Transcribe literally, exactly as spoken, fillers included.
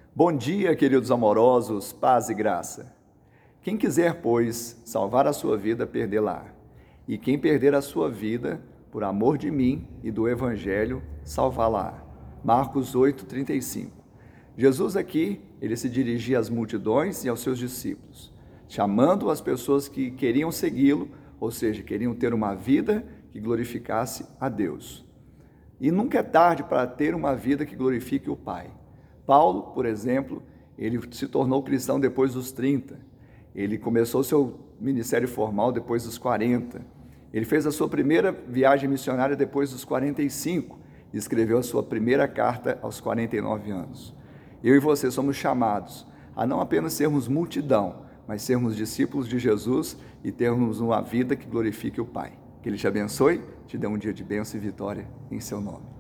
Bom dia, queridos amorosos, paz e graça. Quem quiser, pois, salvar a sua vida, perdê-la. E quem perder a sua vida, por amor de mim e do Evangelho, salvá-la. Marcos oito, trinta e cinco. Jesus aqui, ele se dirigia às multidões e aos seus discípulos, chamando as pessoas que queriam segui-lo, ou seja, queriam ter uma vida que glorificasse a Deus. E nunca é tarde para ter uma vida que glorifique o Pai. Paulo, por exemplo, ele se tornou cristão depois dos trinta. Ele começou seu ministério formal depois dos quarenta. Ele fez a sua primeira viagem missionária depois dos quarenta e cinco e escreveu a sua primeira carta aos quarenta e nove anos. Eu e você somos chamados a não apenas sermos multidão, mas sermos discípulos de Jesus e termos uma vida que glorifique o Pai. Que Ele te abençoe, te dê um dia de bênção e vitória em seu nome.